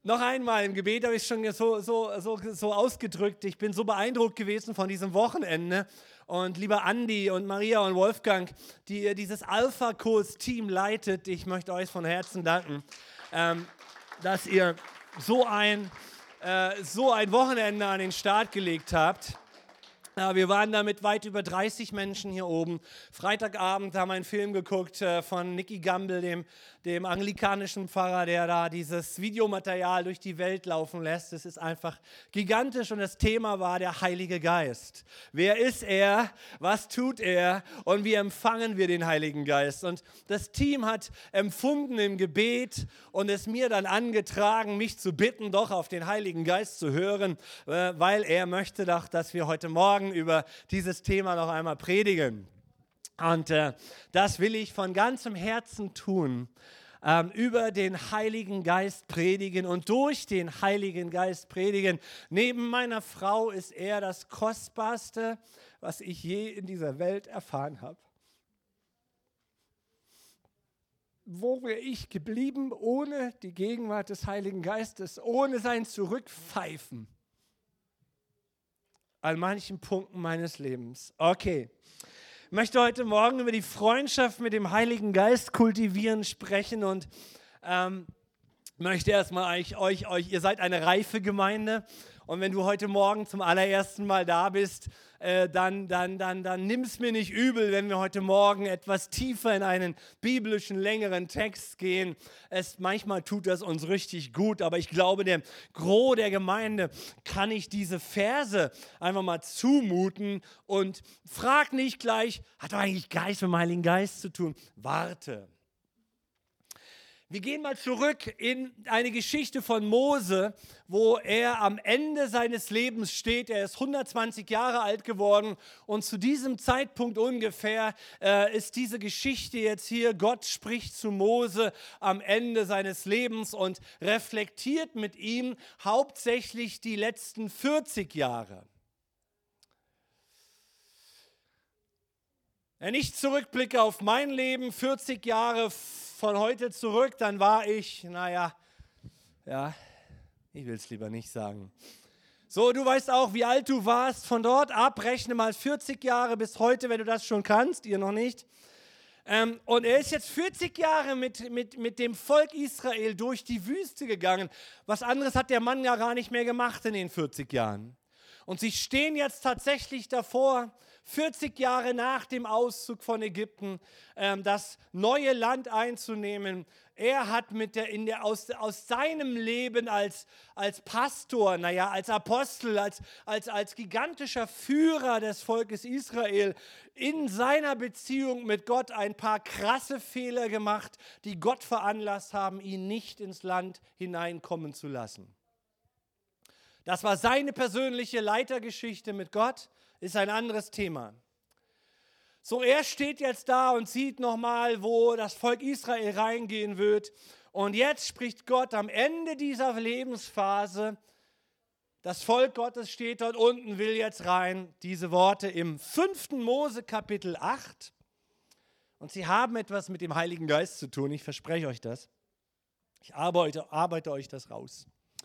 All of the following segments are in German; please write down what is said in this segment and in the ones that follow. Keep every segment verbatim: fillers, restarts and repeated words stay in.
noch einmal im Gebet habe ich schon so, so, so, so ausgedrückt. Ich bin so beeindruckt gewesen von diesem Wochenende. Und lieber Andi und Maria und Wolfgang, die ihr dieses Alpha-Kurs-Team leitet, ich möchte euch von Herzen danken, ähm, dass ihr so ein, äh, so ein Wochenende an den Start gelegt habt. Ja, wir waren da mit weit über dreißig Menschen hier oben. Freitagabend haben wir einen Film geguckt äh, von Nicky Gamble, dem, dem anglikanischen Pfarrer, der da dieses Videomaterial durch die Welt laufen lässt. Es ist einfach gigantisch und das Thema war der Heilige Geist. Wer ist er? Was tut er? Und wie empfangen wir den Heiligen Geist? Und das Team hat empfunden im Gebet und es mir dann angetragen, mich zu bitten, doch auf den Heiligen Geist zu hören, äh, weil er möchte doch, dass wir heute Morgen über dieses Thema noch einmal predigen. Und äh, das will ich von ganzem Herzen tun, ähm, über den Heiligen Geist predigen und durch den Heiligen Geist predigen. Neben meiner Frau ist er das Kostbarste, was ich je in dieser Welt erfahren habe. Wo wäre ich geblieben ohne die Gegenwart des Heiligen Geistes, ohne sein Zurückpfeifen? An manchen Punkten meines Lebens. Okay, ich möchte heute Morgen über die Freundschaft mit dem Heiligen Geist kultivieren, sprechen und ähm, möchte erstmal euch, euch, euch, ihr seid eine reife Gemeinde und wenn du heute Morgen zum allerersten Mal da bist, äh, dann, dann, dann, dann nimm es mir nicht übel, wenn wir heute Morgen etwas tiefer in einen biblischen, längeren Text gehen. Es, manchmal tut das uns richtig gut, aber ich glaube, dem Gros der Gemeinde kann ich diese Verse einfach mal zumuten und frag nicht gleich, hat doch eigentlich Geist mit dem Heiligen Geist zu tun? Warte. Wir gehen mal zurück in eine Geschichte von Mose, wo er am Ende seines Lebens steht. Er ist hundertzwanzig Jahre alt geworden und zu diesem Zeitpunkt ungefähr äh, ist diese Geschichte jetzt hier. Gott spricht zu Mose am Ende seines Lebens und reflektiert mit ihm hauptsächlich die letzten vierzig Jahre. Wenn ich zurückblicke auf mein Leben, vierzig Jahre von heute zurück, dann war ich, naja, ja, ich will es lieber nicht sagen. So, du weißt auch, wie alt du warst. Von dort ab, rechne mal vierzig Jahre bis heute, wenn du das schon kannst, ihr noch nicht. Ähm, und er ist jetzt vierzig Jahre mit, mit, mit dem Volk Israel durch die Wüste gegangen. Was anderes hat der Mann ja gar nicht mehr gemacht in den vierzig Jahren. Und sie stehen jetzt tatsächlich davor, vierzig Jahre nach dem Auszug von Ägypten, ähm, das neue Land einzunehmen. Er hat mit der, in der, aus, aus seinem Leben als, als Pastor, naja, als Apostel, als, als, als gigantischer Führer des Volkes Israel in seiner Beziehung mit Gott ein paar krasse Fehler gemacht, die Gott veranlasst haben, ihn nicht ins Land hineinkommen zu lassen. Das war seine persönliche Leitergeschichte mit Gott, ist ein anderes Thema. So, er steht jetzt da und sieht nochmal, wo das Volk Israel reingehen wird. Und jetzt spricht Gott am Ende dieser Lebensphase, das Volk Gottes steht dort unten, will jetzt rein, diese Worte im fünften Mose Kapitel acht. Und sie haben etwas mit dem Heiligen Geist zu tun, ich verspreche euch das. Ich arbeite, arbeite euch das raus.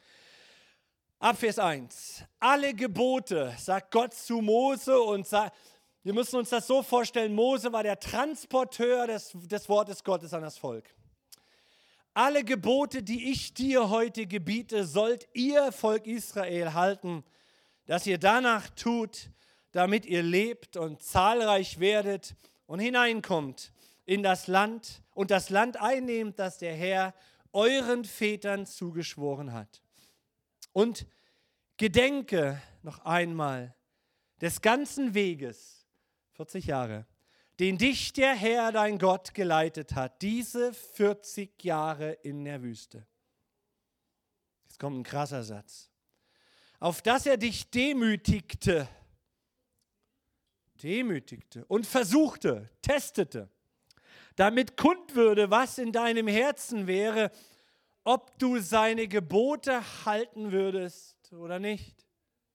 Ab Vers eins. Alle Gebote, sagt Gott zu Mose und sagt, wir müssen uns das so vorstellen, Mose war der Transporteur des, des Wortes Gottes an das Volk. Alle Gebote, die ich dir heute gebiete, sollt ihr, Volk Israel, halten, dass ihr danach tut, damit ihr lebt und zahlreich werdet und hineinkommt in das Land und das Land einnehmt, das der Herr euren Vätern zugeschworen hat. Und gedenke noch einmal des ganzen Weges, vierzig Jahre, den dich der Herr, dein Gott, geleitet hat, diese vierzig Jahre in der Wüste. Jetzt kommt ein krasser Satz. Auf dass er dich demütigte, demütigte und versuchte, testete, damit kund würde, was in deinem Herzen wäre, ob du seine Gebote halten würdest oder nicht.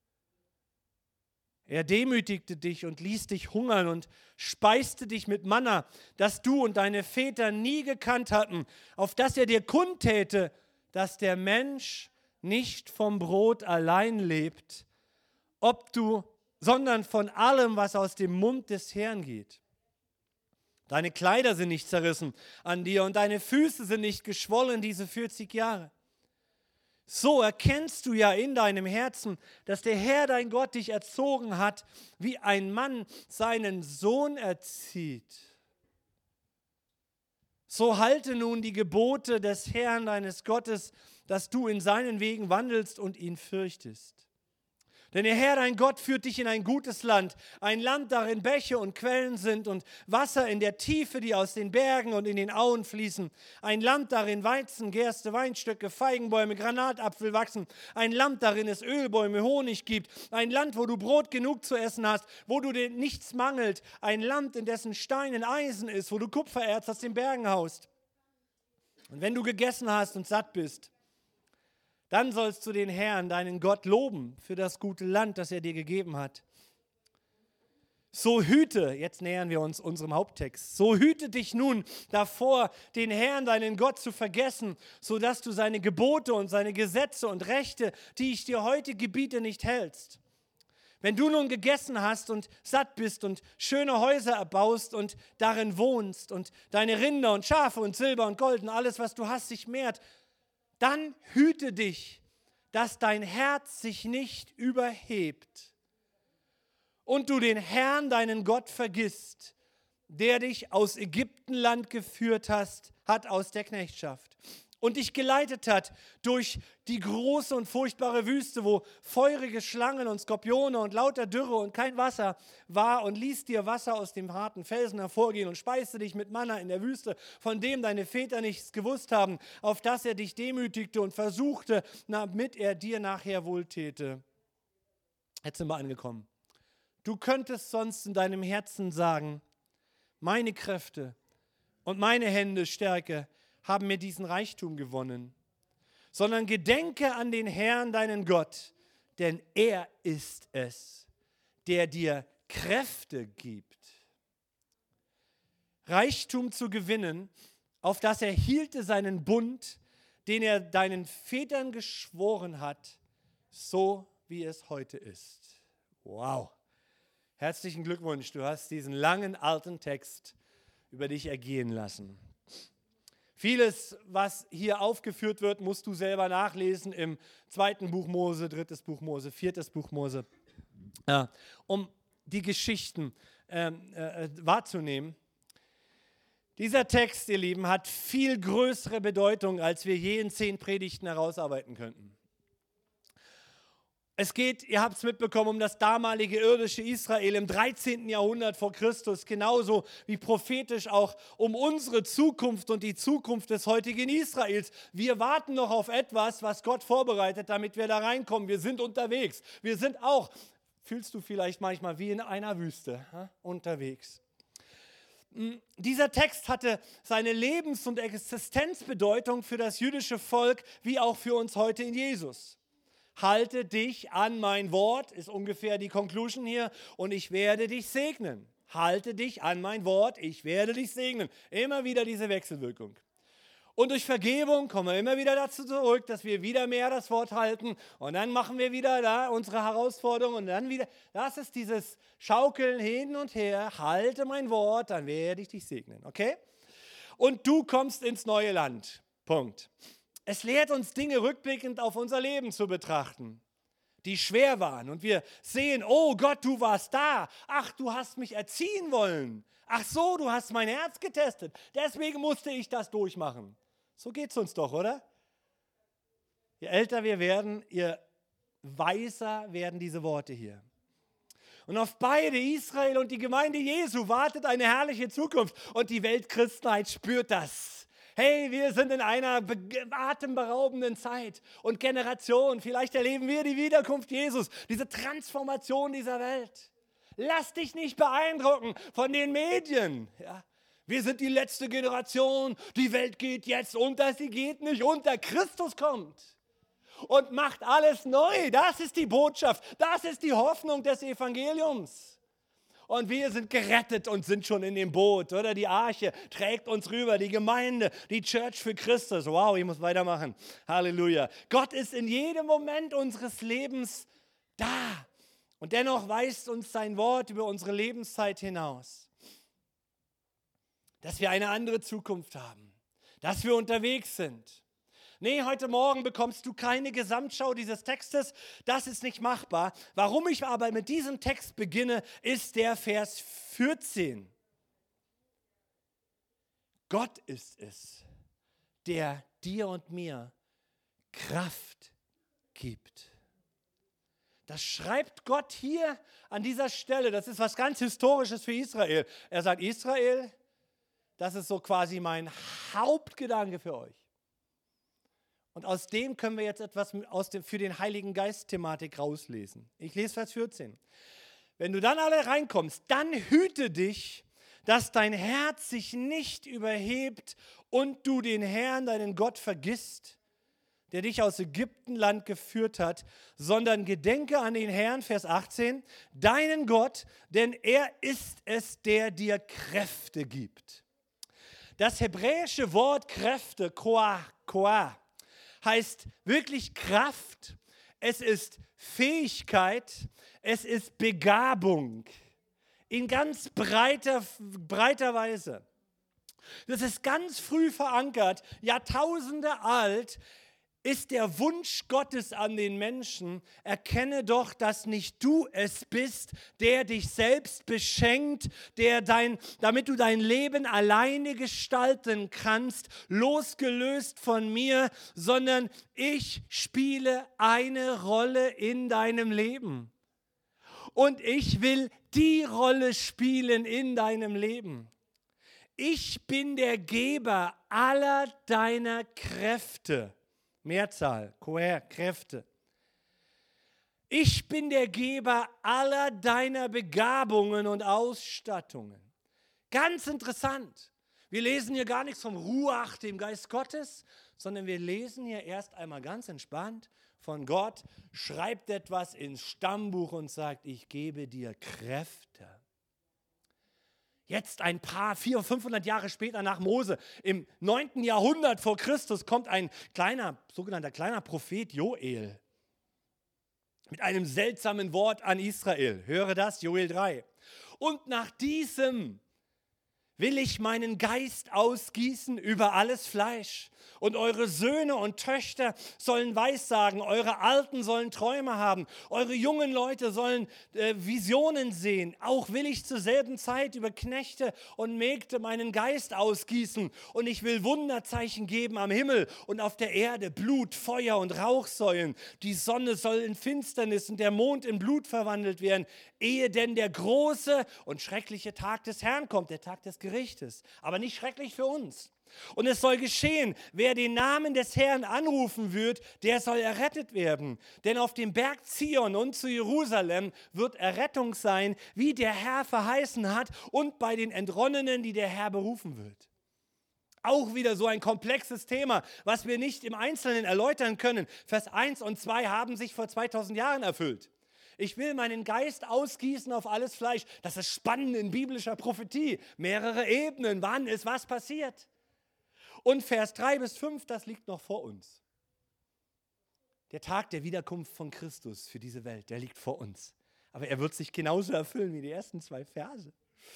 Er demütigte dich und ließ dich hungern und speiste dich mit Manna, das du und deine Väter nie gekannt hatten, auf dass er dir kundtäte, dass der Mensch nicht vom Brot allein lebt, ob du, sondern von allem, was aus dem Mund des Herrn geht. Deine Kleider sind nicht zerrissen an dir und deine Füße sind nicht geschwollen diese vierzig Jahre. So erkennst du ja in deinem Herzen, dass der Herr, dein Gott, dich erzogen hat, wie ein Mann seinen Sohn erzieht. So halte nun die Gebote des Herrn, deines Gottes, dass du in seinen Wegen wandelst und ihn fürchtest. Denn der Herr, dein Gott, führt dich in ein gutes Land, ein Land, darin Bäche und Quellen sind und Wasser in der Tiefe, die aus den Bergen und in den Auen fließen. Ein Land, darin Weizen, Gerste, Weinstöcke, Feigenbäume, Granatapfel wachsen. Ein Land, darin es Ölbäume, Honig gibt. Ein Land, wo du Brot genug zu essen hast, wo du dir nichts mangelt. Ein Land, in dessen Steinen Eisen ist, wo du Kupfererz aus den Bergen haust. Und wenn du gegessen hast und satt bist, dann sollst du den Herrn, deinen Gott, loben für das gute Land, das er dir gegeben hat. So hüte, jetzt nähern wir uns unserem Haupttext, so hüte dich nun davor, den Herrn, deinen Gott, zu vergessen, sodass du seine Gebote und seine Gesetze und Rechte, die ich dir heute gebiete, nicht hältst. Wenn du nun gegessen hast und satt bist und schöne Häuser erbaust und darin wohnst und deine Rinder und Schafe und Silber und Gold und alles, was du hast, sich mehrt, dann hüte dich, dass dein Herz sich nicht überhebt und du den Herrn, deinen Gott, vergisst, der dich aus Ägyptenland geführt hast, hat aus der Knechtschaft und dich geleitet hat durch die große und furchtbare Wüste, wo feurige Schlangen und Skorpione und lauter Dürre und kein Wasser war und ließ dir Wasser aus dem harten Felsen hervorgehen und speiste dich mit Manna in der Wüste, von dem deine Väter nichts gewusst haben, auf das er dich demütigte und versuchte, damit er dir nachher wohltäte. Jetzt sind wir angekommen. Du könntest sonst in deinem Herzen sagen, meine Kräfte und meine Hände Stärke haben mir diesen Reichtum gewonnen, sondern gedenke an den Herrn, deinen Gott, denn er ist es, der dir Kräfte gibt. Reichtum zu gewinnen, auf das er hielte seinen Bund, den er deinen Vätern geschworen hat, so wie es heute ist. Wow! Herzlichen Glückwunsch, du hast diesen langen alten Text über dich ergehen lassen. Vieles, was hier aufgeführt wird, musst du selber nachlesen im zweiten Buch Mose, drittes Buch Mose, viertes Buch Mose, äh, um die Geschichten äh, äh, wahrzunehmen. Dieser Text, ihr Lieben, hat viel größere Bedeutung, als wir je in zehn Predigten herausarbeiten könnten. Es geht, ihr habt es mitbekommen, um das damalige irdische Israel im dreizehnten Jahrhundert vor Christus, genauso wie prophetisch auch um unsere Zukunft und die Zukunft des heutigen Israels. Wir warten noch auf etwas, was Gott vorbereitet, damit wir da reinkommen. Wir sind unterwegs. Wir sind auch, fühlst du vielleicht manchmal wie in einer Wüste, ha? unterwegs. Dieser Text hatte seine Lebens- und Existenzbedeutung für das jüdische Volk, wie auch für uns heute in Jesus. Halte dich an mein Wort, ist ungefähr die Conclusion hier, und ich werde dich segnen. Halte dich an mein Wort, ich werde dich segnen. Immer wieder diese Wechselwirkung. Und durch Vergebung kommen wir immer wieder dazu zurück, dass wir wieder mehr das Wort halten und dann machen wir wieder da unsere Herausforderung und dann wieder, das ist dieses Schaukeln hin und her, halte mein Wort, dann werde ich dich segnen, okay? Und du kommst ins neue Land, Punkt. Es lehrt uns, Dinge rückblickend auf unser Leben zu betrachten, die schwer waren. Und wir sehen, oh Gott, du warst da. Ach, du hast mich erziehen wollen. Ach so, du hast mein Herz getestet. Deswegen musste ich das durchmachen. So geht es uns doch, oder? Je älter wir werden, je weiser werden diese Worte hier. Und auf beide, Israel und die Gemeinde Jesu, wartet eine herrliche Zukunft. Und die Weltchristenheit spürt das. Hey, wir sind in einer atemberaubenden Zeit und Generation. Vielleicht erleben wir die Wiederkunft Jesus, diese Transformation dieser Welt. Lass dich nicht beeindrucken von den Medien. Ja, wir sind die letzte Generation, die Welt geht jetzt unter, sie geht nicht unter. Christus kommt und macht alles neu. Das ist die Botschaft, das ist die Hoffnung des Evangeliums. und wir sind gerettet und sind schon in dem Boot. Oder die Arche trägt uns rüber, die Gemeinde, die Church für Christus. Wow, ich muss weitermachen. Halleluja. Gott ist in jedem Moment unseres Lebens da. Und dennoch weist uns sein Wort über unsere Lebenszeit hinaus, dass wir eine andere Zukunft haben, dass wir unterwegs sind. Nee, heute Morgen bekommst du keine Gesamtschau dieses Textes, das ist nicht machbar. Warum ich aber mit diesem Text beginne, ist der Vers vierzehn. Gott ist es, der dir und mir Kraft gibt. Das schreibt Gott hier an dieser Stelle. Das ist was ganz Historisches für Israel. Er sagt, Israel, das ist so quasi mein Hauptgedanke für euch. Und aus dem können wir jetzt etwas aus dem, für den Heiligen Geist-Thematik rauslesen. Ich lese Vers vierzehn. Wenn du dann alle reinkommst, dann hüte dich, dass dein Herz sich nicht überhebt und du den Herrn, deinen Gott, vergisst, der dich aus Ägyptenland geführt hat, sondern gedenke an den Herrn, Vers achtzehn, deinen Gott, denn er ist es, der dir Kräfte gibt. Das hebräische Wort Kräfte, Koah, Koah, heißt wirklich Kraft, es ist Fähigkeit, es ist Begabung in ganz breiter, breiter Weise. Das ist ganz früh verankert, Jahrtausende alt, ist der Wunsch Gottes an den Menschen, erkenne doch, dass nicht du es bist, der dich selbst beschenkt, der dein, damit du dein Leben alleine gestalten kannst, losgelöst von mir, sondern ich spiele eine Rolle in deinem Leben. Und ich will die Rolle spielen in deinem Leben. Ich bin der Geber aller deiner Kräfte. Mehrzahl, Koher, Kräfte. Ich bin der Geber aller deiner Begabungen und Ausstattungen. Ganz interessant. Wir lesen hier gar nichts vom Ruach, dem Geist Gottes, sondern wir lesen hier erst einmal ganz entspannt von Gott, schreibt etwas ins Stammbuch und sagt, ich gebe dir Kräfte. Jetzt ein paar, vierhundert, fünfhundert Jahre später nach Mose, im neunten Jahrhundert vor Christus, kommt ein kleiner, sogenannter kleiner Prophet Joel mit einem seltsamen Wort an Israel. Höre das, Joel drei. Und nach diesem will ich meinen Geist ausgießen über alles Fleisch. Und eure Söhne und Töchter sollen Weissagen, eure Alten sollen Träume haben, eure jungen Leute sollen äh, Visionen sehen. Auch will ich zur selben Zeit über Knechte und Mägde meinen Geist ausgießen. Und ich will Wunderzeichen geben am Himmel und auf der Erde, Blut, Feuer und Rauchsäulen. Die Sonne soll in Finsternis und der Mond in Blut verwandelt werden, ehe denn der große und schreckliche Tag des Herrn kommt, der Tag des Gerichtes. Aber nicht schrecklich für uns. Und es soll geschehen, wer den Namen des Herrn anrufen wird, der soll errettet werden. Denn auf dem Berg Zion und zu Jerusalem wird Errettung sein, wie der Herr verheißen hat, und bei den Entronnenen, die der Herr berufen wird. Auch wieder so ein komplexes Thema, was wir nicht im Einzelnen erläutern können. Vers eins und zwei haben sich vor zweitausend Jahren erfüllt. Ich will meinen Geist ausgießen auf alles Fleisch. Das ist spannend in biblischer Prophetie. Mehrere Ebenen, wann ist was passiert. Und Vers drei bis fünf, das liegt noch vor uns. Der Tag der Wiederkunft von Christus für diese Welt, der liegt vor uns. Aber er wird sich genauso erfüllen wie die ersten zwei Verse.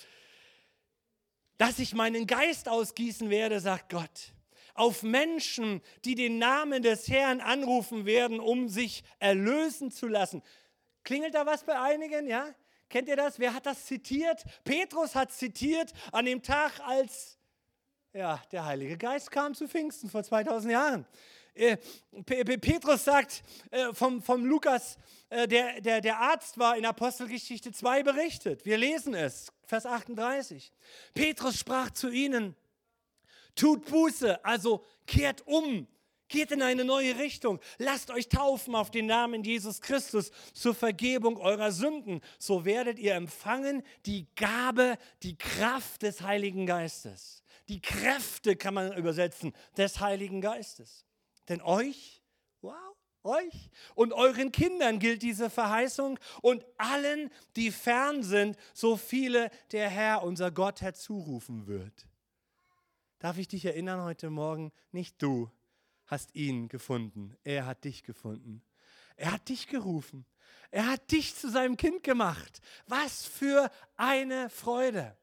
Dass ich meinen Geist ausgießen werde, sagt Gott, auf Menschen, die den Namen des Herrn anrufen werden, um sich erlösen zu lassen. Klingelt da was bei einigen, ja? Kennt ihr das? Wer hat das zitiert? Petrus hat zitiert an dem Tag, als ja, der Heilige Geist kam zu Pfingsten vor zweitausend Jahren. Äh, Petrus sagt äh, vom, vom Lukas, äh, der, der, der Arzt war in Apostelgeschichte zwei berichtet. Wir lesen es, Vers achtunddreißig. Petrus sprach zu ihnen, tut Buße, also kehrt um, geht in eine neue Richtung. Lasst euch taufen auf den Namen Jesus Christus zur Vergebung eurer Sünden. So werdet ihr empfangen die Gabe, die Kraft des Heiligen Geistes. Die Kräfte kann man übersetzen, des Heiligen Geistes. Denn euch, wow, euch und euren Kindern gilt diese Verheißung und allen, die fern sind, so viele der Herr, unser Gott, herzurufen wird. Darf ich dich erinnern heute Morgen, nicht du hast ihn gefunden, er hat dich gefunden. Er hat dich gerufen, er hat dich zu seinem Kind gemacht. Was für eine Freude!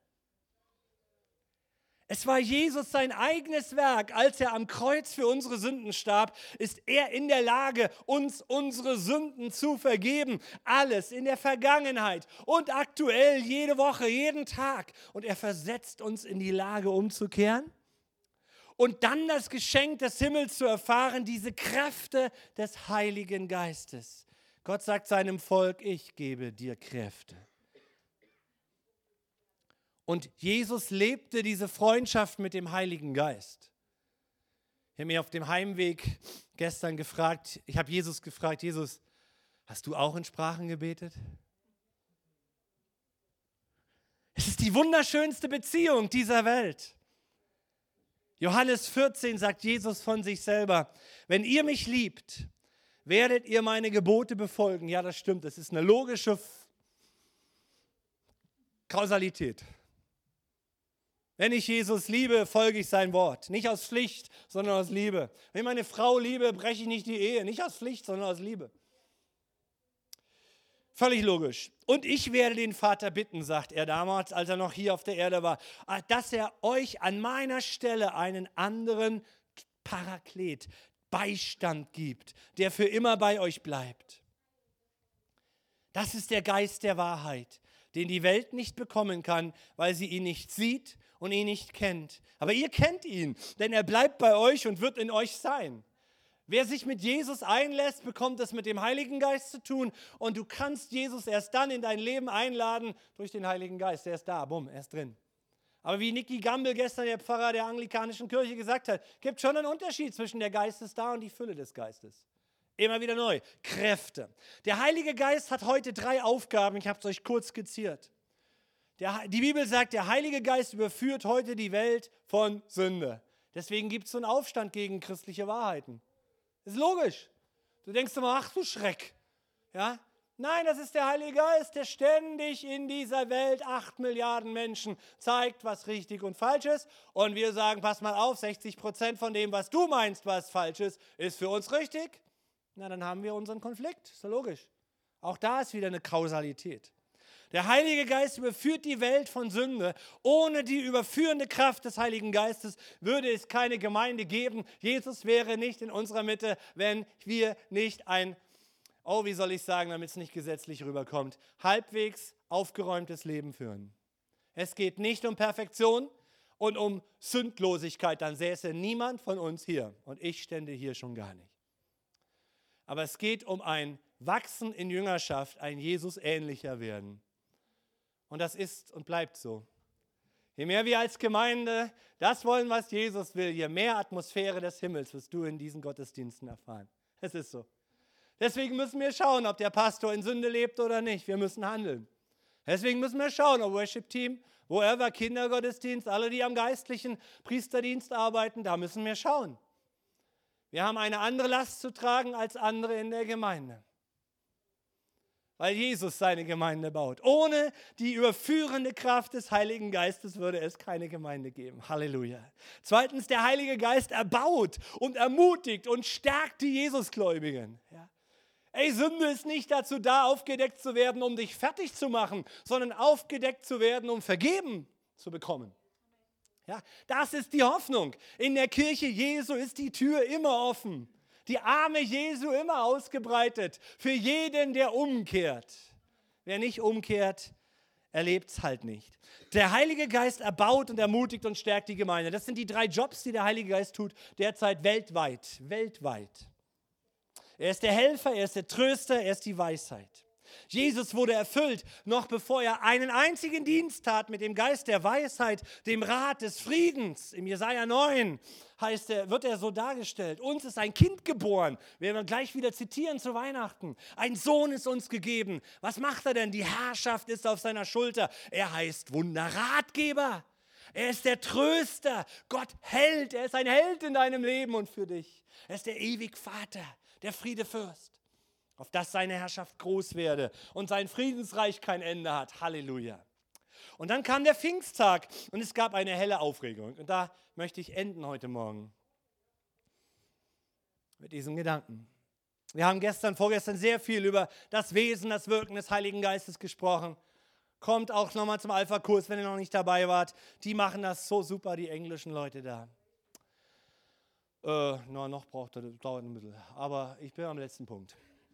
Es war Jesus sein eigenes Werk, als er am Kreuz für unsere Sünden starb, ist er in der Lage, uns unsere Sünden zu vergeben. Alles in der Vergangenheit und aktuell, jede Woche, jeden Tag. Und er versetzt uns in die Lage, umzukehren und dann das Geschenk des Himmels zu erfahren, diese Kräfte des Heiligen Geistes. Gott sagt seinem Volk, ich gebe dir Kräfte. Und Jesus lebte diese Freundschaft mit dem Heiligen Geist. Ich habe mich auf dem Heimweg gestern gefragt, ich habe Jesus gefragt, Jesus, hast du auch in Sprachen gebetet? Es ist die wunderschönste Beziehung dieser Welt. Johannes vierzehn sagt Jesus von sich selber, wenn ihr mich liebt, werdet ihr meine Gebote befolgen. Ja, das stimmt, das ist eine logische Kausalität. Wenn ich Jesus liebe, folge ich sein Wort. Nicht aus Pflicht, sondern aus Liebe. Wenn ich meine Frau liebe, breche ich nicht die Ehe. Nicht aus Pflicht, sondern aus Liebe. Völlig logisch. Und ich werde den Vater bitten, sagt er damals, als er noch hier auf der Erde war, dass er euch an meiner Stelle einen anderen Paraklet, Beistand gibt, der für immer bei euch bleibt. Das ist der Geist der Wahrheit, den die Welt nicht bekommen kann, weil sie ihn nicht sieht und ihn nicht kennt. Aber ihr kennt ihn, denn er bleibt bei euch und wird in euch sein. Wer sich mit Jesus einlässt, bekommt es mit dem Heiligen Geist zu tun und du kannst Jesus erst dann in dein Leben einladen durch den Heiligen Geist. Er ist da, bumm, er ist drin. Aber wie Nicky Gamble gestern, der Pfarrer der anglikanischen Kirche, gesagt hat, gibt schon einen Unterschied zwischen der Geist ist da und die Fülle des Geistes. Immer wieder neu. Kräfte. Der Heilige Geist hat heute drei Aufgaben, ich habe es euch kurz skizziert. Der, die Bibel sagt, der Heilige Geist überführt heute die Welt von Sünde. Deswegen gibt es so einen Aufstand gegen christliche Wahrheiten. Ist logisch. Du denkst immer, ach du Schreck. Ja? Nein, das ist der Heilige Geist, der ständig in dieser Welt, acht Milliarden Menschen, zeigt, was richtig und falsch ist. Und wir sagen, pass mal auf, sechzig Prozent von dem, was du meinst, was falsch ist, ist für uns richtig. Na, dann haben wir unseren Konflikt. Ist ja logisch. Auch da ist wieder eine Kausalität. Der Heilige Geist überführt die Welt von Sünde. Ohne die überführende Kraft des Heiligen Geistes würde es keine Gemeinde geben. Jesus wäre nicht in unserer Mitte, wenn wir nicht ein, oh, wie soll ich sagen, damit es nicht gesetzlich rüberkommt, halbwegs aufgeräumtes Leben führen. Es geht nicht um Perfektion und um Sündlosigkeit. Dann säße niemand von uns hier. Und ich stände hier schon gar nicht. Aber es geht um ein Wachsen in Jüngerschaft, ein Jesus ähnlicher werden. Und das ist und bleibt so. Je mehr wir als Gemeinde das wollen, was Jesus will, je mehr Atmosphäre des Himmels wirst du in diesen Gottesdiensten erfahren. Es ist so. Deswegen müssen wir schauen, ob der Pastor in Sünde lebt oder nicht. Wir müssen handeln. Deswegen müssen wir schauen, ob Worship-Team, whoever, Kindergottesdienst, alle, die am geistlichen Priesterdienst arbeiten, da müssen wir schauen. Wir haben eine andere Last zu tragen als andere in der Gemeinde. Weil Jesus seine Gemeinde baut. Ohne die überführende Kraft des Heiligen Geistes würde es keine Gemeinde geben. Halleluja. Zweitens, der Heilige Geist erbaut und ermutigt und stärkt die Jesusgläubigen. Ja. Ey, Sünde ist nicht dazu da, aufgedeckt zu werden, um dich fertig zu machen, sondern aufgedeckt zu werden, um vergeben zu bekommen. Ja, das ist die Hoffnung. In der Kirche Jesu ist die Tür immer offen. Die Arme Jesu immer ausgebreitet für jeden, der umkehrt. Wer nicht umkehrt, erlebt es halt nicht. Der Heilige Geist erbaut und ermutigt und stärkt die Gemeinde. Das sind die drei Jobs, die der Heilige Geist tut, derzeit weltweit. Weltweit. Er ist der Helfer, er ist der Tröster, er ist die Weisheit. Jesus wurde erfüllt, noch bevor er einen einzigen Dienst tat mit dem Geist der Weisheit, dem Rat des Friedens. Im Jesaja neun heißt er, wird er so dargestellt. Uns ist ein Kind geboren, werden wir gleich wieder zitieren zu Weihnachten. Ein Sohn ist uns gegeben. Was macht er denn? Die Herrschaft ist auf seiner Schulter. Er heißt Wunderratgeber. Er ist der Tröster. Gott Held. Er ist ein Held in deinem Leben und für dich. Er ist der ewig Vater, der Friedefürst, auf dass seine Herrschaft groß werde und sein Friedensreich kein Ende hat. Halleluja. Und dann kam der Pfingsttag und es gab eine helle Aufregung. Und da möchte ich enden heute Morgen mit diesem Gedanken. Wir haben gestern, vorgestern sehr viel über das Wesen, das Wirken des Heiligen Geistes gesprochen. Kommt auch nochmal zum Alpha-Kurs, wenn ihr noch nicht dabei wart. Die machen das so super, die englischen Leute da. Äh, na, noch braucht er, dauert ein bisschen. Aber ich bin am letzten Punkt.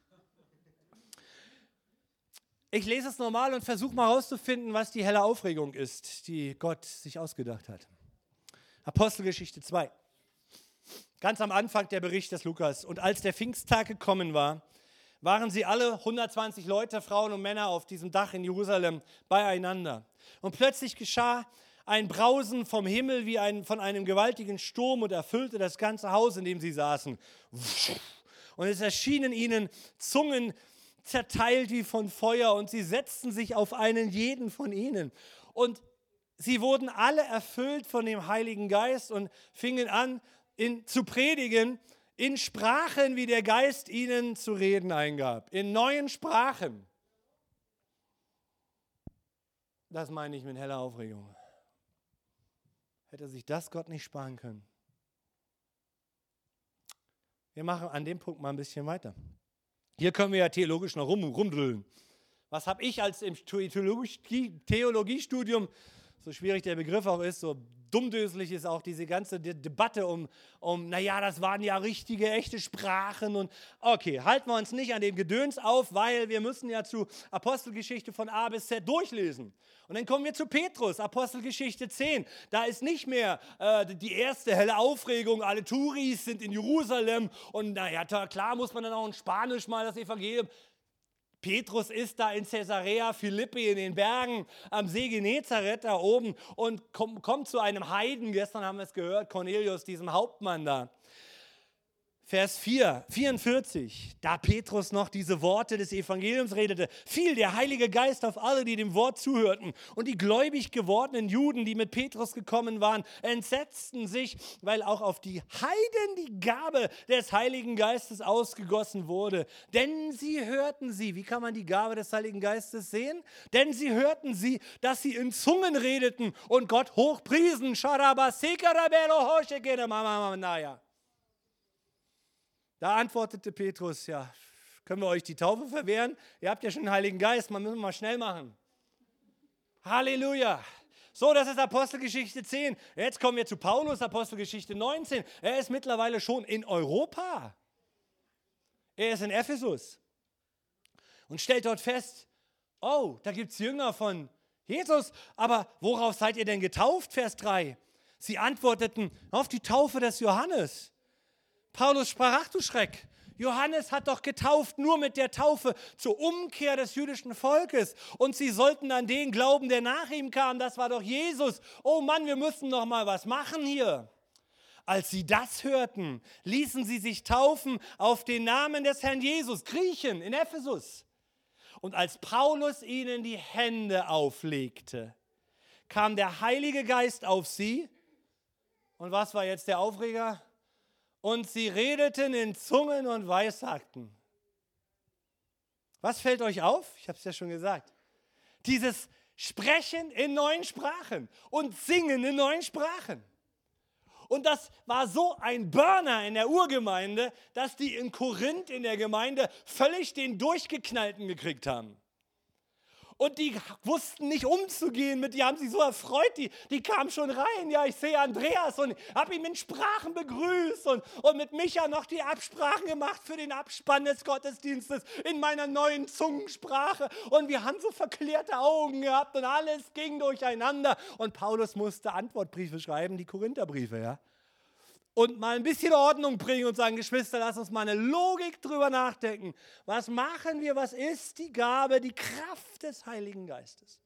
Ich lese es normal und versuche mal herauszufinden, was die helle Aufregung ist, die Gott sich ausgedacht hat. Apostelgeschichte zwei. Ganz am Anfang der Bericht des Lukas. Und als der Pfingsttag gekommen war, waren sie alle hundertzwanzig Leute, Frauen und Männer auf diesem Dach in Jerusalem beieinander. Und plötzlich geschah ein Brausen vom Himmel wie ein, von einem gewaltigen Sturm und erfüllte das ganze Haus, in dem sie saßen. Und es erschienen ihnen Zungen zerteilt wie von Feuer und sie setzten sich auf einen jeden von ihnen. Und sie wurden alle erfüllt von dem Heiligen Geist und fingen an in, zu predigen in Sprachen, wie der Geist ihnen zu reden eingab. In neuen Sprachen. Das meine ich mit heller Aufregung. Hätte sich das Gott nicht sparen können. Wir machen an dem Punkt mal ein bisschen weiter. Hier können wir ja theologisch noch rum, rumdrüllen. Was habe ich als im Theologiestudium, so schwierig der Begriff auch ist, so dummdöselig ist auch diese ganze De- Debatte um, um, naja, das waren ja richtige, echte Sprachen. Und okay, halten wir uns nicht an dem Gedöns auf, weil wir müssen ja zu Apostelgeschichte von A bis Z durchlesen. Und dann kommen wir zu Petrus, Apostelgeschichte zehn. Da ist nicht mehr äh, die erste helle Aufregung, alle Touris sind in Jerusalem und naja, klar muss man dann auch in Spanisch mal das Evangelium. Petrus ist da in Caesarea Philippi in den Bergen am See Genezareth da oben und kommt, kommt zu einem Heiden, gestern haben wir es gehört, Cornelius, diesem Hauptmann da. Vers vier, vierundvierzig, da Petrus noch diese Worte des Evangeliums redete, fiel der Heilige Geist auf alle, die dem Wort zuhörten. Und die gläubig gewordenen Juden, die mit Petrus gekommen waren, entsetzten sich, weil auch auf die Heiden die Gabe des Heiligen Geistes ausgegossen wurde. Denn sie hörten sie, wie kann man die Gabe des Heiligen Geistes sehen? Denn sie hörten sie, dass sie in Zungen redeten und Gott hochpriesen. Da antwortete Petrus, ja, können wir euch die Taufe verwehren? Ihr habt ja schon den Heiligen Geist, man müssen mal schnell machen. Halleluja. So, das ist Apostelgeschichte zehn. Jetzt kommen wir zu Paulus, Apostelgeschichte neunzehn. Er ist mittlerweile schon in Europa. Er ist in Ephesus und stellt dort fest, oh, da gibt es Jünger von Jesus, aber worauf seid ihr denn getauft? Vers drei. Sie antworteten auf die Taufe des Johannes. Paulus sprach, ach du Schreck, Johannes hat doch getauft nur mit der Taufe zur Umkehr des jüdischen Volkes und sie sollten an den glauben, der nach ihm kam, das war doch Jesus. Oh Mann, wir müssen noch mal was machen hier. Als sie das hörten, ließen sie sich taufen auf den Namen des Herrn Jesus, Griechen in Ephesus. Und als Paulus ihnen die Hände auflegte, kam der Heilige Geist auf sie. Und was war jetzt der Aufreger? Und sie redeten in Zungen und Weissagten. Was fällt euch auf? Ich habe es ja schon gesagt. Dieses Sprechen in neuen Sprachen und Singen in neuen Sprachen. Und das war so ein Burner in der Urgemeinde, dass die in Korinth in der Gemeinde völlig den Durchgeknallten gekriegt haben. Und die wussten nicht umzugehen mit, die haben sich so erfreut, die, die kamen schon rein. Ja, ich sehe Andreas und habe ihn mit Sprachen begrüßt und, und mit Micha noch die Absprachen gemacht für den Abspann des Gottesdienstes in meiner neuen Zungensprache. Und wir haben so verklärte Augen gehabt und alles ging durcheinander. Und Paulus musste Antwortbriefe schreiben, die Korintherbriefe, ja. Und mal ein bisschen Ordnung bringen und sagen, Geschwister, lass uns mal eine Logik drüber nachdenken. Was machen wir? Was ist die Gabe, die Kraft des Heiligen Geistes?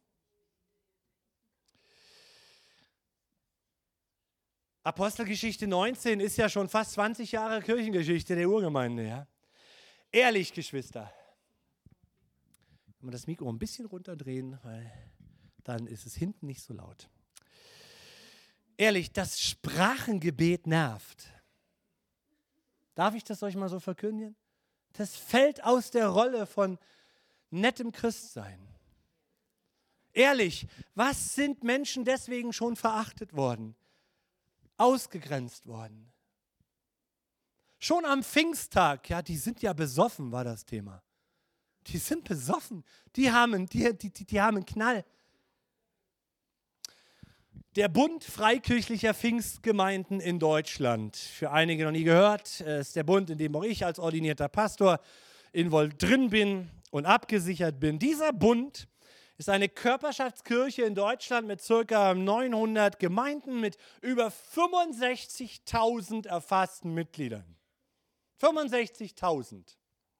Apostelgeschichte neunzehn ist ja schon fast zwanzig Jahre Kirchengeschichte der Urgemeinde. Ja? Ehrlich, Geschwister. Wenn wir das Mikro ein bisschen runterdrehen, weil dann ist es hinten nicht so laut. Ehrlich, das Sprachengebet nervt. Darf ich das euch mal so verkündigen? Das fällt aus der Rolle von nettem Christsein. Ehrlich, was sind Menschen deswegen schon verachtet worden, ausgegrenzt worden? Schon am Pfingsttag, ja, die sind ja besoffen, war das Thema. Die sind besoffen, die haben, die, die, die, die haben einen Knall. Der Bund freikirchlicher Pfingstgemeinden in Deutschland, für einige noch nie gehört, ist der Bund, in dem auch ich als ordinierter Pastor involviert drin bin und abgesichert bin. Dieser Bund ist eine Körperschaftskirche in Deutschland mit ca. neunhundert Gemeinden mit über fünfundsechzigtausend erfassten Mitgliedern. fünfundsechzigtausend.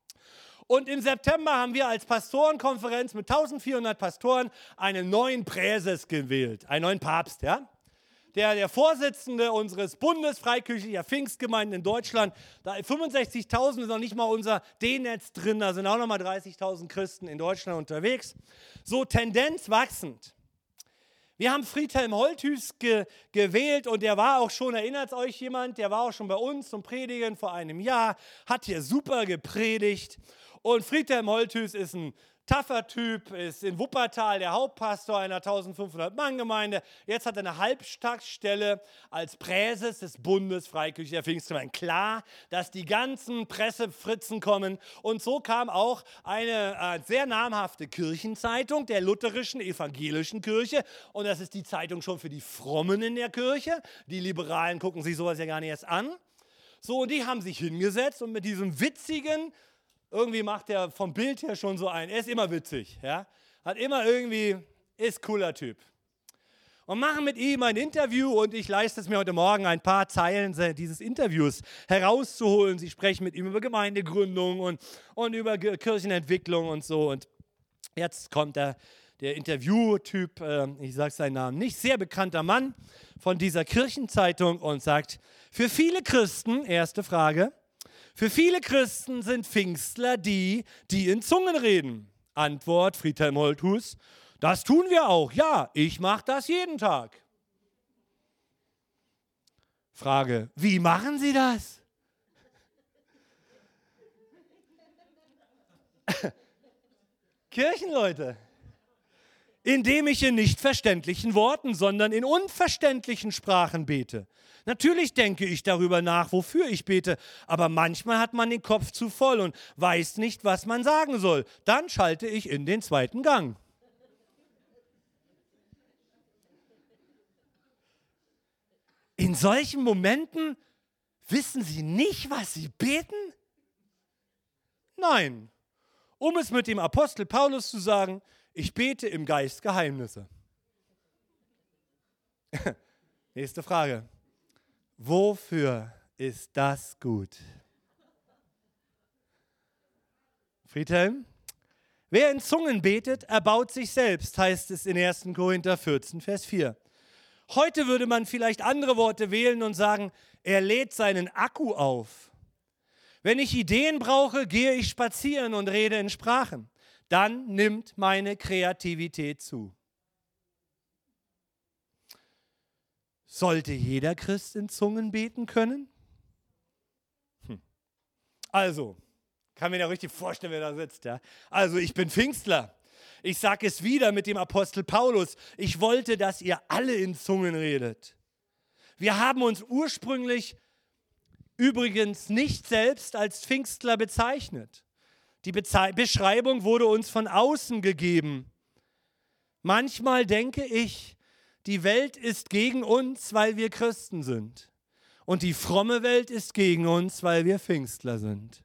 Und im September haben wir als Pastorenkonferenz mit eintausendvierhundert Pastoren einen neuen Präses gewählt, einen neuen Papst, ja? Der, der Vorsitzende unseres Bundes freikirchlicher Pfingstgemeinden in Deutschland, da fünfundsechzigtausend ist noch nicht mal unser D-Netz drin, da sind auch noch mal dreißigtausend Christen in Deutschland unterwegs. So Tendenz wachsend. Wir haben Friedhelm Holthus ge gewählt und der war auch schon, erinnert euch jemand, der war auch schon bei uns zum Predigen vor einem Jahr, hat hier super gepredigt. Und Friedhelm Holthus ist ein taffer Typ, ist in Wuppertal der Hauptpastor einer eintausendfünfhundert Mann Gemeinde. Jetzt hat er eine Halbtagsstelle als Präses des Bundes freikirchlicher Pfingstgemeinden. Klar, dass die ganzen Pressefritzen kommen. Und so kam auch eine äh, sehr namhafte Kirchenzeitung der lutherischen evangelischen Kirche. Und das ist die Zeitung schon für die Frommen in der Kirche. Die Liberalen gucken sich sowas ja gar nicht erst an. So, und die haben sich hingesetzt und mit diesem witzigen, irgendwie macht er vom Bild her schon so ein, er ist immer witzig, ja, hat immer irgendwie, ist cooler Typ. Und machen mit ihm ein Interview und ich leiste es mir heute Morgen, ein paar Zeilen dieses Interviews herauszuholen. Sie sprechen mit ihm über Gemeindegründung und, und über Kirchenentwicklung und so. Und jetzt kommt der, der Interviewtyp, äh, ich sage seinen Namen nicht, sehr bekannter Mann von dieser Kirchenzeitung und sagt, für viele Christen, erste Frage, für viele Christen sind Pfingstler die, die in Zungen reden. Antwort Friedhelm Holthus, das tun wir auch. Ja, ich mache das jeden Tag. Frage, wie machen Sie das? Kirchenleute, indem ich in nicht verständlichen Worten, sondern in unverständlichen Sprachen bete. Natürlich denke ich darüber nach, wofür ich bete, aber manchmal hat man den Kopf zu voll und weiß nicht, was man sagen soll. Dann schalte ich in den zweiten Gang. In solchen Momenten wissen Sie nicht, was Sie beten? Nein. Um es mit dem Apostel Paulus zu sagen, ich bete im Geist Geheimnisse. Nächste Frage. Wofür ist das gut? Friedhelm? Wer in Zungen betet, erbaut sich selbst, heißt es in ersten Korinther vierzehn, Vers vier. Heute würde man vielleicht andere Worte wählen und sagen, er lädt seinen Akku auf. Wenn ich Ideen brauche, gehe ich spazieren und rede in Sprachen. Dann nimmt meine Kreativität zu. Sollte jeder Christ in Zungen beten können? Hm. Also, kann mir ja richtig vorstellen, wer da sitzt. Ja? Also, ich bin Pfingstler. Ich sage es wieder mit dem Apostel Paulus. Ich wollte, dass ihr alle in Zungen redet. Wir haben uns ursprünglich übrigens nicht selbst als Pfingstler bezeichnet. Die Bezei- Beschreibung wurde uns von außen gegeben. Manchmal denke ich, die Welt ist gegen uns, weil wir Christen sind. Und die fromme Welt ist gegen uns, weil wir Pfingstler sind.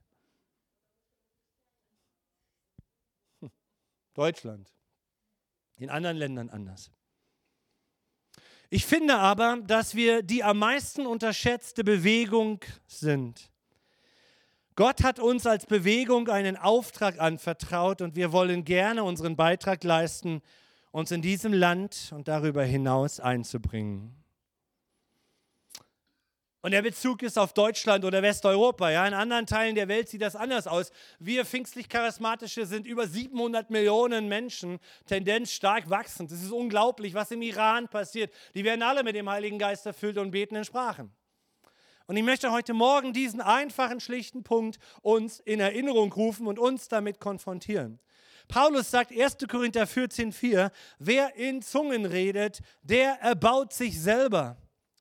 Hm. Deutschland. In anderen Ländern anders. Ich finde aber, dass wir die am meisten unterschätzte Bewegung sind. Gott hat uns als Bewegung einen Auftrag anvertraut und wir wollen gerne unseren Beitrag leisten, uns in diesem Land und darüber hinaus einzubringen. Und der Bezug ist auf Deutschland oder Westeuropa. Ja? In anderen Teilen der Welt sieht das anders aus. Wir Pfingstlich-Charismatische sind über siebenhundert Millionen Menschen, Tendenz stark wachsend. Es ist unglaublich, was im Iran passiert. Die werden alle mit dem Heiligen Geist erfüllt und beten in Sprachen. Und ich möchte heute Morgen diesen einfachen, schlichten Punkt uns in Erinnerung rufen und uns damit konfrontieren. Paulus sagt erster Korinther vierzehn vier, wer in Zungen redet, der erbaut sich selber.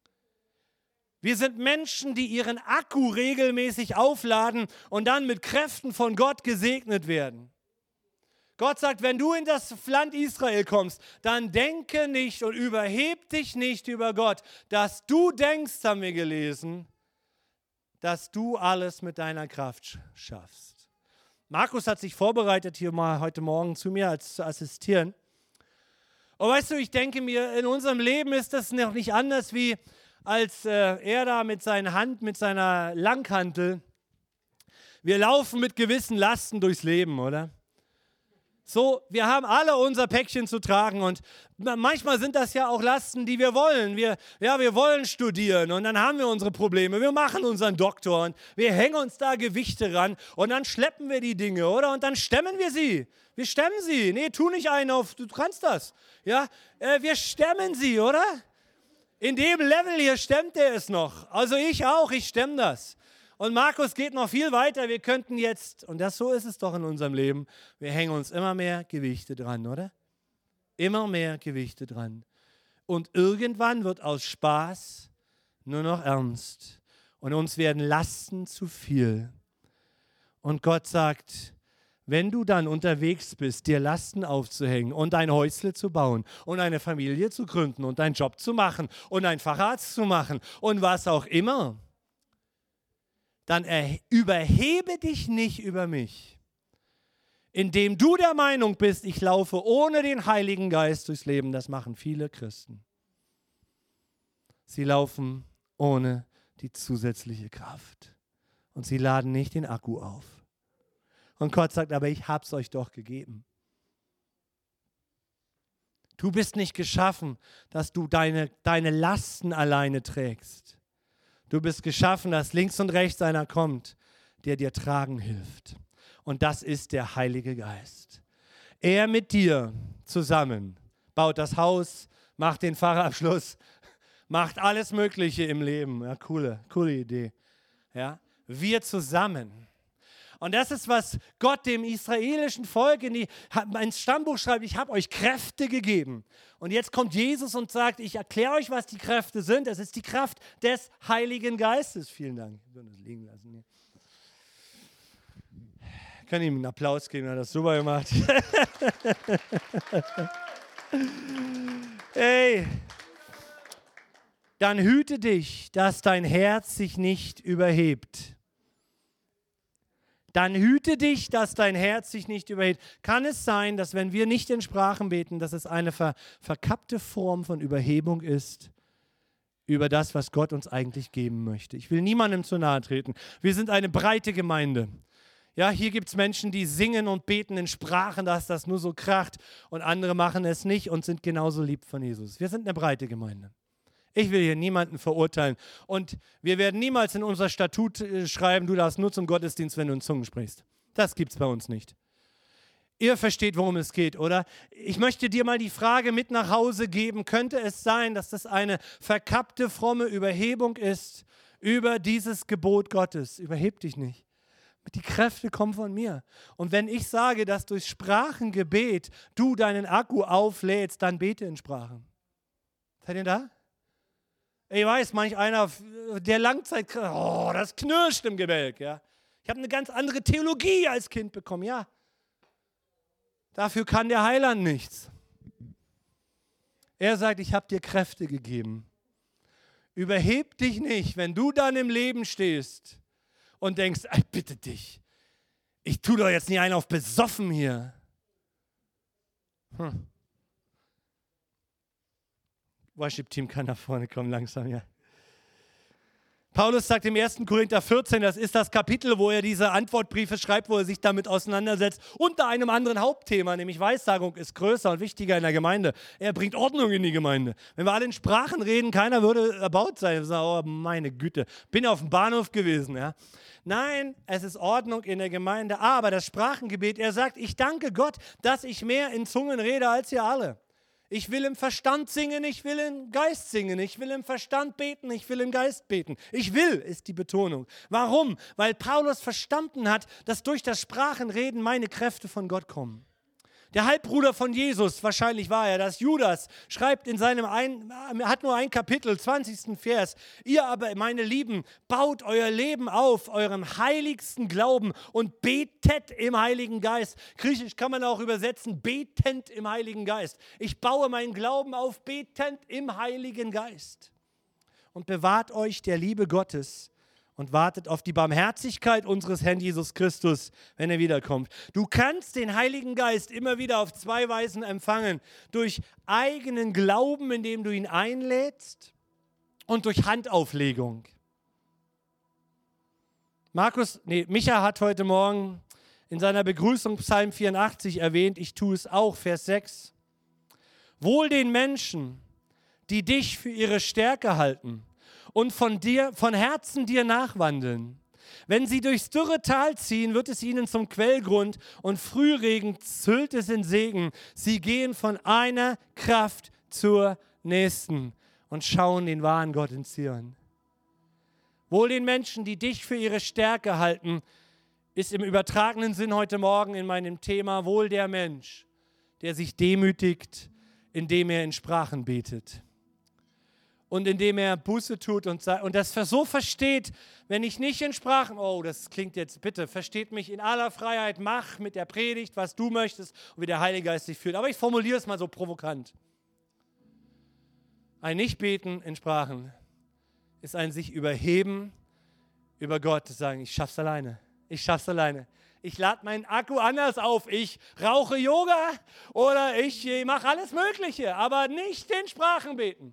Wir sind Menschen, die ihren Akku regelmäßig aufladen und dann mit Kräften von Gott gesegnet werden. Gott sagt, wenn du in das Land Israel kommst, dann denke nicht und überheb dich nicht über Gott, dass du denkst, haben wir gelesen, dass du alles mit deiner Kraft schaffst. Markus hat sich vorbereitet, hier mal heute Morgen zu mir als zu assistieren. Und weißt du, ich denke mir, in unserem Leben ist das noch nicht anders, wie als äh, er da mit seiner Hand, mit seiner Langhantel. Wir laufen mit gewissen Lasten durchs Leben, oder? So, wir haben alle unser Päckchen zu tragen und manchmal sind das ja auch Lasten, die wir wollen. Wir, ja, wir wollen studieren und dann haben wir unsere Probleme. Wir machen unseren Doktor und wir hängen uns da Gewichte ran und dann schleppen wir die Dinge, oder? Und dann stemmen wir sie. Wir stemmen sie. Nee, tu nicht einen auf, du kannst das. Ja, äh, wir stemmen sie, oder? In dem Level hier stemmt er es noch. Also ich auch, ich stemme das. Und Markus geht noch viel weiter. Wir könnten jetzt, und das so ist es doch in unserem Leben, wir hängen uns immer mehr Gewichte dran, oder? Immer mehr Gewichte dran. Und irgendwann wird aus Spaß nur noch ernst. Und uns werden Lasten zu viel. Und Gott sagt, wenn du dann unterwegs bist, dir Lasten aufzuhängen und ein Häusle zu bauen und eine Familie zu gründen und einen Job zu machen und einen Facharzt zu machen und was auch immer, dann überhebe dich nicht über mich, indem du der Meinung bist, ich laufe ohne den Heiligen Geist durchs Leben. Das machen viele Christen. Sie laufen ohne die zusätzliche Kraft und sie laden nicht den Akku auf. Und Gott sagt, aber ich habe es euch doch gegeben. Du bist nicht geschaffen, dass du deine, deine Lasten alleine trägst. Du bist geschaffen, dass links und rechts einer kommt, der dir tragen hilft. Und das ist der Heilige Geist. Er mit dir zusammen baut das Haus, macht den Fachabschluss, macht alles Mögliche im Leben. Ja, coole, coole Idee. Ja, wir zusammen. Und das ist, was Gott dem israelischen Volk in die, ins Stammbuch schreibt, ich habe euch Kräfte gegeben. Und jetzt kommt Jesus und sagt, ich erkläre euch, was die Kräfte sind. Es ist die Kraft des Heiligen Geistes. Vielen Dank. Ich würde das liegen lassen hier. Ich kann ihm einen Applaus geben, er hat das super gemacht. Hey, dann hüte dich, dass dein Herz sich nicht überhebt. Dann hüte dich, dass dein Herz sich nicht überhebt. Kann es sein, dass wenn wir nicht in Sprachen beten, dass es eine ver- verkappte Form von Überhebung ist über das, was Gott uns eigentlich geben möchte? Ich will niemandem zu nahe treten. Wir sind eine breite Gemeinde. Ja, hier gibt es Menschen, die singen und beten in Sprachen, dass das nur so kracht, und andere machen es nicht und sind genauso lieb von Jesus. Wir sind eine breite Gemeinde. Ich will hier niemanden verurteilen. Und wir werden niemals in unser Statut schreiben, du darfst nur zum Gottesdienst, wenn du in Zungen sprichst. Das gibt es bei uns nicht. Ihr versteht, worum es geht, oder? Ich möchte dir mal die Frage mit nach Hause geben. Könnte es sein, dass das eine verkappte, fromme Überhebung ist über dieses Gebot Gottes? Überheb dich nicht. Die Kräfte kommen von mir. Und wenn ich sage, dass durch Sprachengebet du deinen Akku auflädst, dann bete in Sprachen. Seid ihr da? Ich weiß, manch einer, der Langzeit, oh, das knirscht im Gebälk. Ja. Ich habe eine ganz andere Theologie als Kind bekommen, ja. Dafür kann der Heiland nichts. Er sagt, ich habe dir Kräfte gegeben. Überheb dich nicht, wenn du dann im Leben stehst und denkst, ich bitte dich, ich tue doch jetzt nicht einen auf besoffen hier. Hm. Worship-Team kann nach vorne kommen, langsam, ja. Paulus sagt im erster Korinther vierzehn, das ist das Kapitel, wo er diese Antwortbriefe schreibt, wo er sich damit auseinandersetzt, unter einem anderen Hauptthema, nämlich Weissagung ist größer und wichtiger in der Gemeinde. Er bringt Ordnung in die Gemeinde. Wenn wir alle in Sprachen reden, keiner würde erbaut sein. Oh, meine Güte, bin auf dem Bahnhof gewesen. Ja. Nein, es ist Ordnung in der Gemeinde, aber das Sprachengebet, er sagt, ich danke Gott, dass ich mehr in Zungen rede als ihr alle. Ich will im Verstand singen, ich will im Geist singen. Ich will im Verstand beten, ich will im Geist beten. Ich will, ist die Betonung. Warum? Weil Paulus verstanden hat, dass durch das Sprachenreden meine Kräfte von Gott kommen. Der Halbbruder von Jesus, wahrscheinlich war er das, Judas, schreibt in seinem, ein, hat nur ein Kapitel, zwanzigsten Vers. Ihr aber, meine Lieben, baut euer Leben auf, eurem heiligsten Glauben und betet im Heiligen Geist. Griechisch kann man auch übersetzen, betend im Heiligen Geist. Ich baue meinen Glauben auf, betend im Heiligen Geist. Und bewahrt euch der Liebe Gottes und wartet auf die Barmherzigkeit unseres Herrn Jesus Christus, wenn er wiederkommt. Du kannst den Heiligen Geist immer wieder auf zwei Weisen empfangen. Durch eigenen Glauben, indem du ihn einlädst, und durch Handauflegung. Markus, nee, Micha hat heute Morgen in seiner Begrüßung Psalm vierundachtzig erwähnt, ich tue es auch, Vers sechs. Wohl den Menschen, die dich für ihre Stärke halten und von dir, von Herzen dir nachwandeln. Wenn sie durchs dürre Tal ziehen, wird es ihnen zum Quellgrund und Frühregen hüllt es in Segen. Sie gehen von einer Kraft zur nächsten und schauen den wahren Gott in Zion. Wohl den Menschen, die dich für ihre Stärke halten, ist im übertragenen Sinn heute Morgen in meinem Thema wohl der Mensch, der sich demütigt, indem er in Sprachen betet. Und indem er Buße tut und, und das so versteht, wenn ich nicht in Sprachen, oh, das klingt jetzt, bitte, versteht mich in aller Freiheit, mach mit der Predigt, was du möchtest und wie der Heilige Geist dich führt. Aber ich formuliere es mal so provokant. Ein Nichtbeten in Sprachen ist ein sich überheben über Gott, sagen, ich schaff's alleine, ich schaff's alleine. Ich lade meinen Akku anders auf, ich rauche Yoga oder ich mache alles Mögliche, aber nicht in Sprachen beten.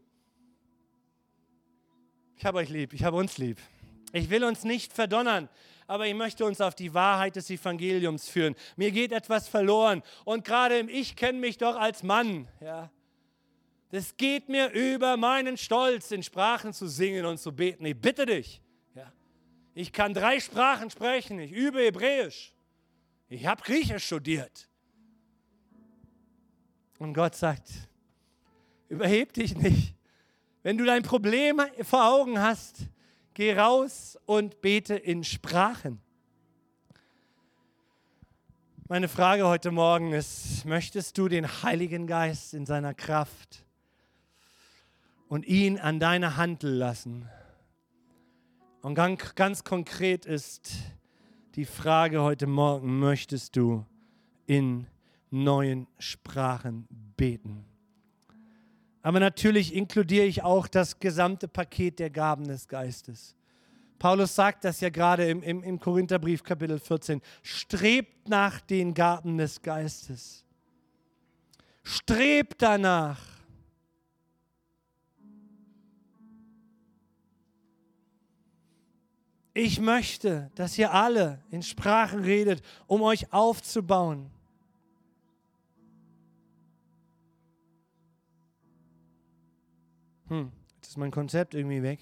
Ich habe euch lieb, ich habe uns lieb. Ich will uns nicht verdonnern, aber ich möchte uns auf die Wahrheit des Evangeliums führen. Mir geht etwas verloren und gerade im Ich kenne mich doch als Mann. Ja. Das geht mir über meinen Stolz, in Sprachen zu singen und zu beten. Ich bitte dich. Ja. Ich kann drei Sprachen sprechen, ich übe Hebräisch. Ich habe Griechisch studiert. Und Gott sagt, überheb dich nicht. Wenn du dein Problem vor Augen hast, geh raus und bete in Sprachen. Meine Frage heute Morgen ist, möchtest du den Heiligen Geist in seiner Kraft und ihn an deine Handel lassen? Und ganz, ganz konkret ist die Frage heute Morgen, möchtest du in neuen Sprachen beten? Aber natürlich inkludiere ich auch das gesamte Paket der Gaben des Geistes. Paulus sagt das ja gerade im, im, im Korintherbrief Kapitel vierzehn. Strebt nach den Gaben des Geistes. Strebt danach. Ich möchte, dass ihr alle in Sprachen redet, um euch aufzubauen. Hm, jetzt ist mein Konzept irgendwie weg.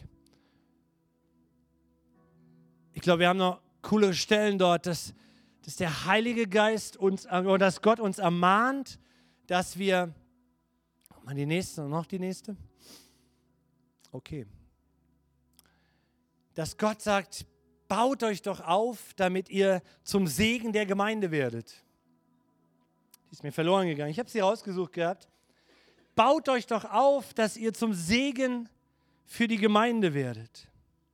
Ich glaube, wir haben noch coole Stellen dort, dass, dass der Heilige Geist uns, oder dass Gott uns ermahnt, dass wir, mal die nächste und noch die nächste. Okay. Dass Gott sagt, baut euch doch auf, damit ihr zum Segen der Gemeinde werdet. Die ist mir verloren gegangen. Ich habe sie rausgesucht gehabt. Baut euch doch auf, dass ihr zum Segen für die Gemeinde werdet.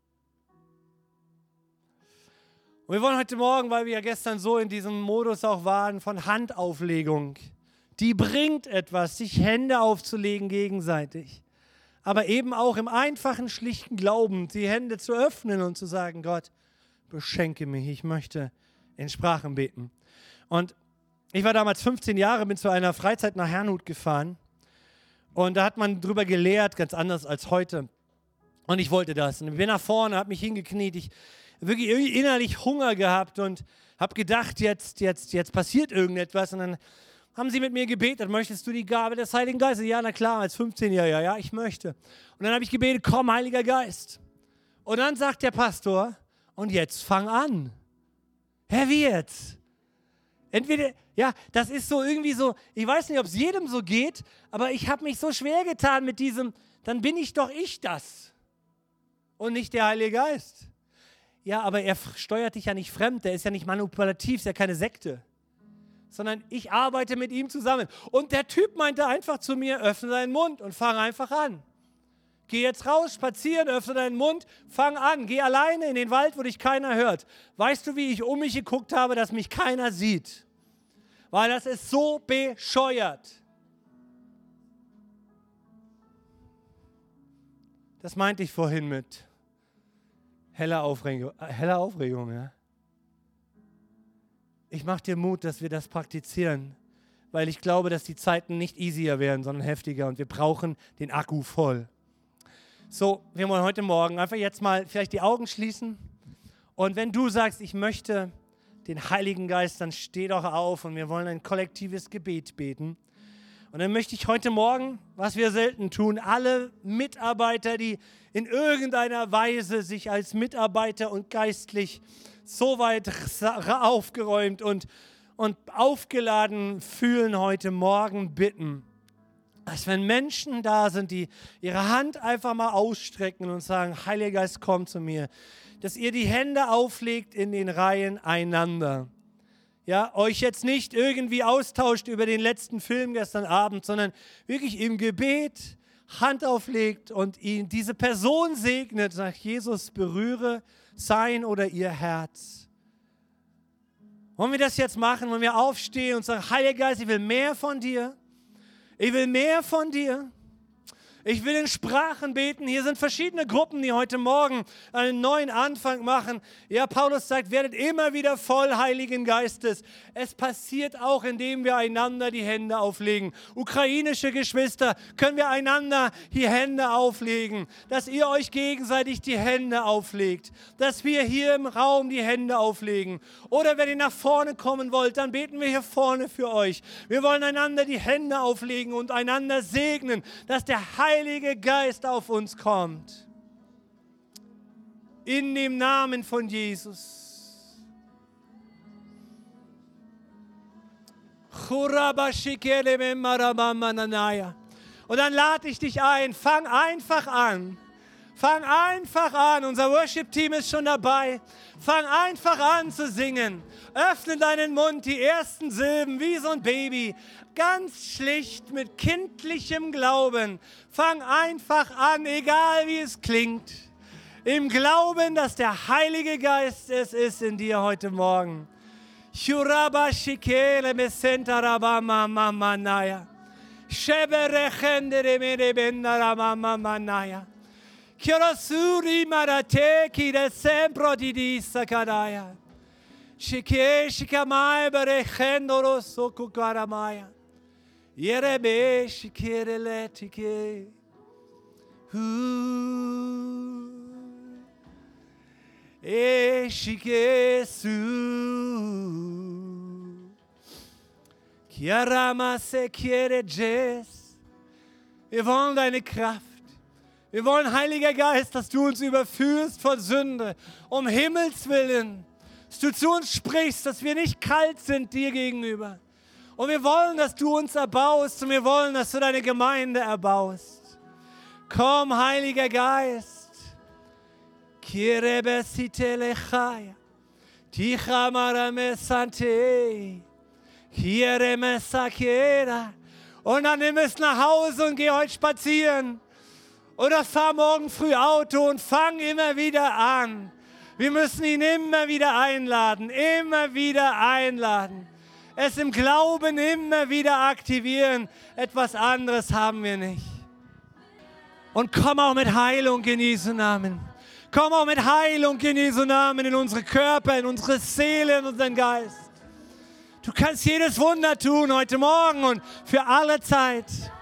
Und wir wollen heute Morgen, weil wir ja gestern so in diesem Modus auch waren, von Handauflegung. Die bringt etwas, sich Hände aufzulegen gegenseitig. Aber eben auch im einfachen, schlichten Glauben, die Hände zu öffnen und zu sagen, Gott, beschenke mich, ich möchte in Sprachen beten. Und ich war damals fünfzehn Jahre, bin zu einer Freizeit nach Herrnhut gefahren. Und da hat man drüber gelehrt, ganz anders als heute. Und ich wollte das. Und ich bin nach vorne, habe mich hingekniet. Ich habe wirklich irgendwie innerlich Hunger gehabt und habe gedacht, jetzt, jetzt, jetzt passiert irgendetwas. Und dann haben sie mit mir gebetet, möchtest du die Gabe des Heiligen Geistes? Ja, na klar, als fünfzehnjähriger, ja, ich möchte. Und dann habe ich gebetet, komm, Heiliger Geist. Und dann sagt der Pastor, und jetzt fang an. Hä, wie jetzt? Entweder, ja, das ist so irgendwie so, ich weiß nicht, ob es jedem so geht, aber ich habe mich so schwer getan mit diesem, dann bin ich doch ich das und nicht der Heilige Geist. Ja, aber er steuert dich ja nicht fremd, der ist ja nicht manipulativ, ist ja keine Sekte, sondern ich arbeite mit ihm zusammen. Und der Typ meinte einfach zu mir, öffne deinen Mund und fang einfach an. Geh jetzt raus, spazieren, öffne deinen Mund, fang an, geh alleine in den Wald, wo dich keiner hört. Weißt du, wie ich um mich geguckt habe, dass mich keiner sieht? Weil das ist so bescheuert. Das meinte ich vorhin mit heller Aufregung. Heller Aufregung, ja. Ich mache dir Mut, dass wir das praktizieren, weil ich glaube, dass die Zeiten nicht easier werden, sondern heftiger und wir brauchen den Akku voll. So, wir wollen heute Morgen einfach jetzt mal vielleicht die Augen schließen und wenn du sagst, ich möchte den Heiligen Geist, dann steh doch auf und wir wollen ein kollektives Gebet beten. Und dann möchte ich heute Morgen, was wir selten tun, alle Mitarbeiter, die in irgendeiner Weise sich als Mitarbeiter und geistlich so weit aufgeräumt und, und aufgeladen fühlen, heute Morgen bitten, dass wenn Menschen da sind, die ihre Hand einfach mal ausstrecken und sagen, Heiliger Geist, komm zu mir, dass ihr die Hände auflegt in den Reihen einander. Ja, euch jetzt nicht irgendwie austauscht über den letzten Film gestern Abend, sondern wirklich im Gebet Hand auflegt und ihn diese Person segnet, sagt Jesus, berühre sein oder ihr Herz. Wollen wir das jetzt machen? Wollen wir aufstehen und sagen, Heiliger Geist, ich will mehr von dir. Ich will mehr von dir. Ich will in Sprachen beten. Hier sind verschiedene Gruppen, die heute Morgen einen neuen Anfang machen. Ja, Paulus sagt, werdet immer wieder voll Heiligen Geistes. Es passiert auch, indem wir einander die Hände auflegen. Ukrainische Geschwister, können wir einander die Hände auflegen, dass ihr euch gegenseitig die Hände auflegt, dass wir hier im Raum die Hände auflegen. Oder wenn ihr nach vorne kommen wollt, dann beten wir hier vorne für euch. Wir wollen einander die Hände auflegen und einander segnen, dass der Heilige Geist auf uns kommt. In dem Namen von Jesus. Und dann lade ich dich ein, fang einfach an. Fang einfach an, unser Worship-Team ist schon dabei. Fang einfach an zu singen. Öffne deinen Mund, die ersten Silben wie so ein Baby. Ganz schlicht mit kindlichem Glauben. Fang einfach an, egal wie es klingt. Im Glauben, dass der Heilige Geist es ist in dir heute Morgen. Shuraba shikele mesenta rabama mamanaya. Sheberechendere merebenda mamanaya. Kirosuri marate ki de sempro di di sakadaya. Shike shikamai berechendoro sokukaramaya. Yerebe shikereletike. Hu. E shikesu. Kiarama se quiere jes. Wir wollen deine Kraft. Wir wollen, Heiliger Geist, dass du uns überführst von Sünde. Um Himmels Willen. Dass du zu uns sprichst, dass wir nicht kalt sind dir gegenüber. Und wir wollen, dass du uns erbaust und wir wollen, dass du deine Gemeinde erbaust. Komm, Heiliger Geist. Kirebesite lechaya. Tichamara sante. Kiremesakera. Und dann nimm es nach Hause und geh heute spazieren. Oder fahr morgen früh Auto und fang immer wieder an. Wir müssen ihn immer wieder einladen, immer wieder einladen. Es im Glauben immer wieder aktivieren. Etwas anderes haben wir nicht. Und komm auch mit Heilung in Jesu Namen. Komm auch mit Heilung in Jesu Namen in unsere Körper, in unsere Seele, in unseren Geist. Du kannst jedes Wunder tun heute Morgen und für alle Zeit.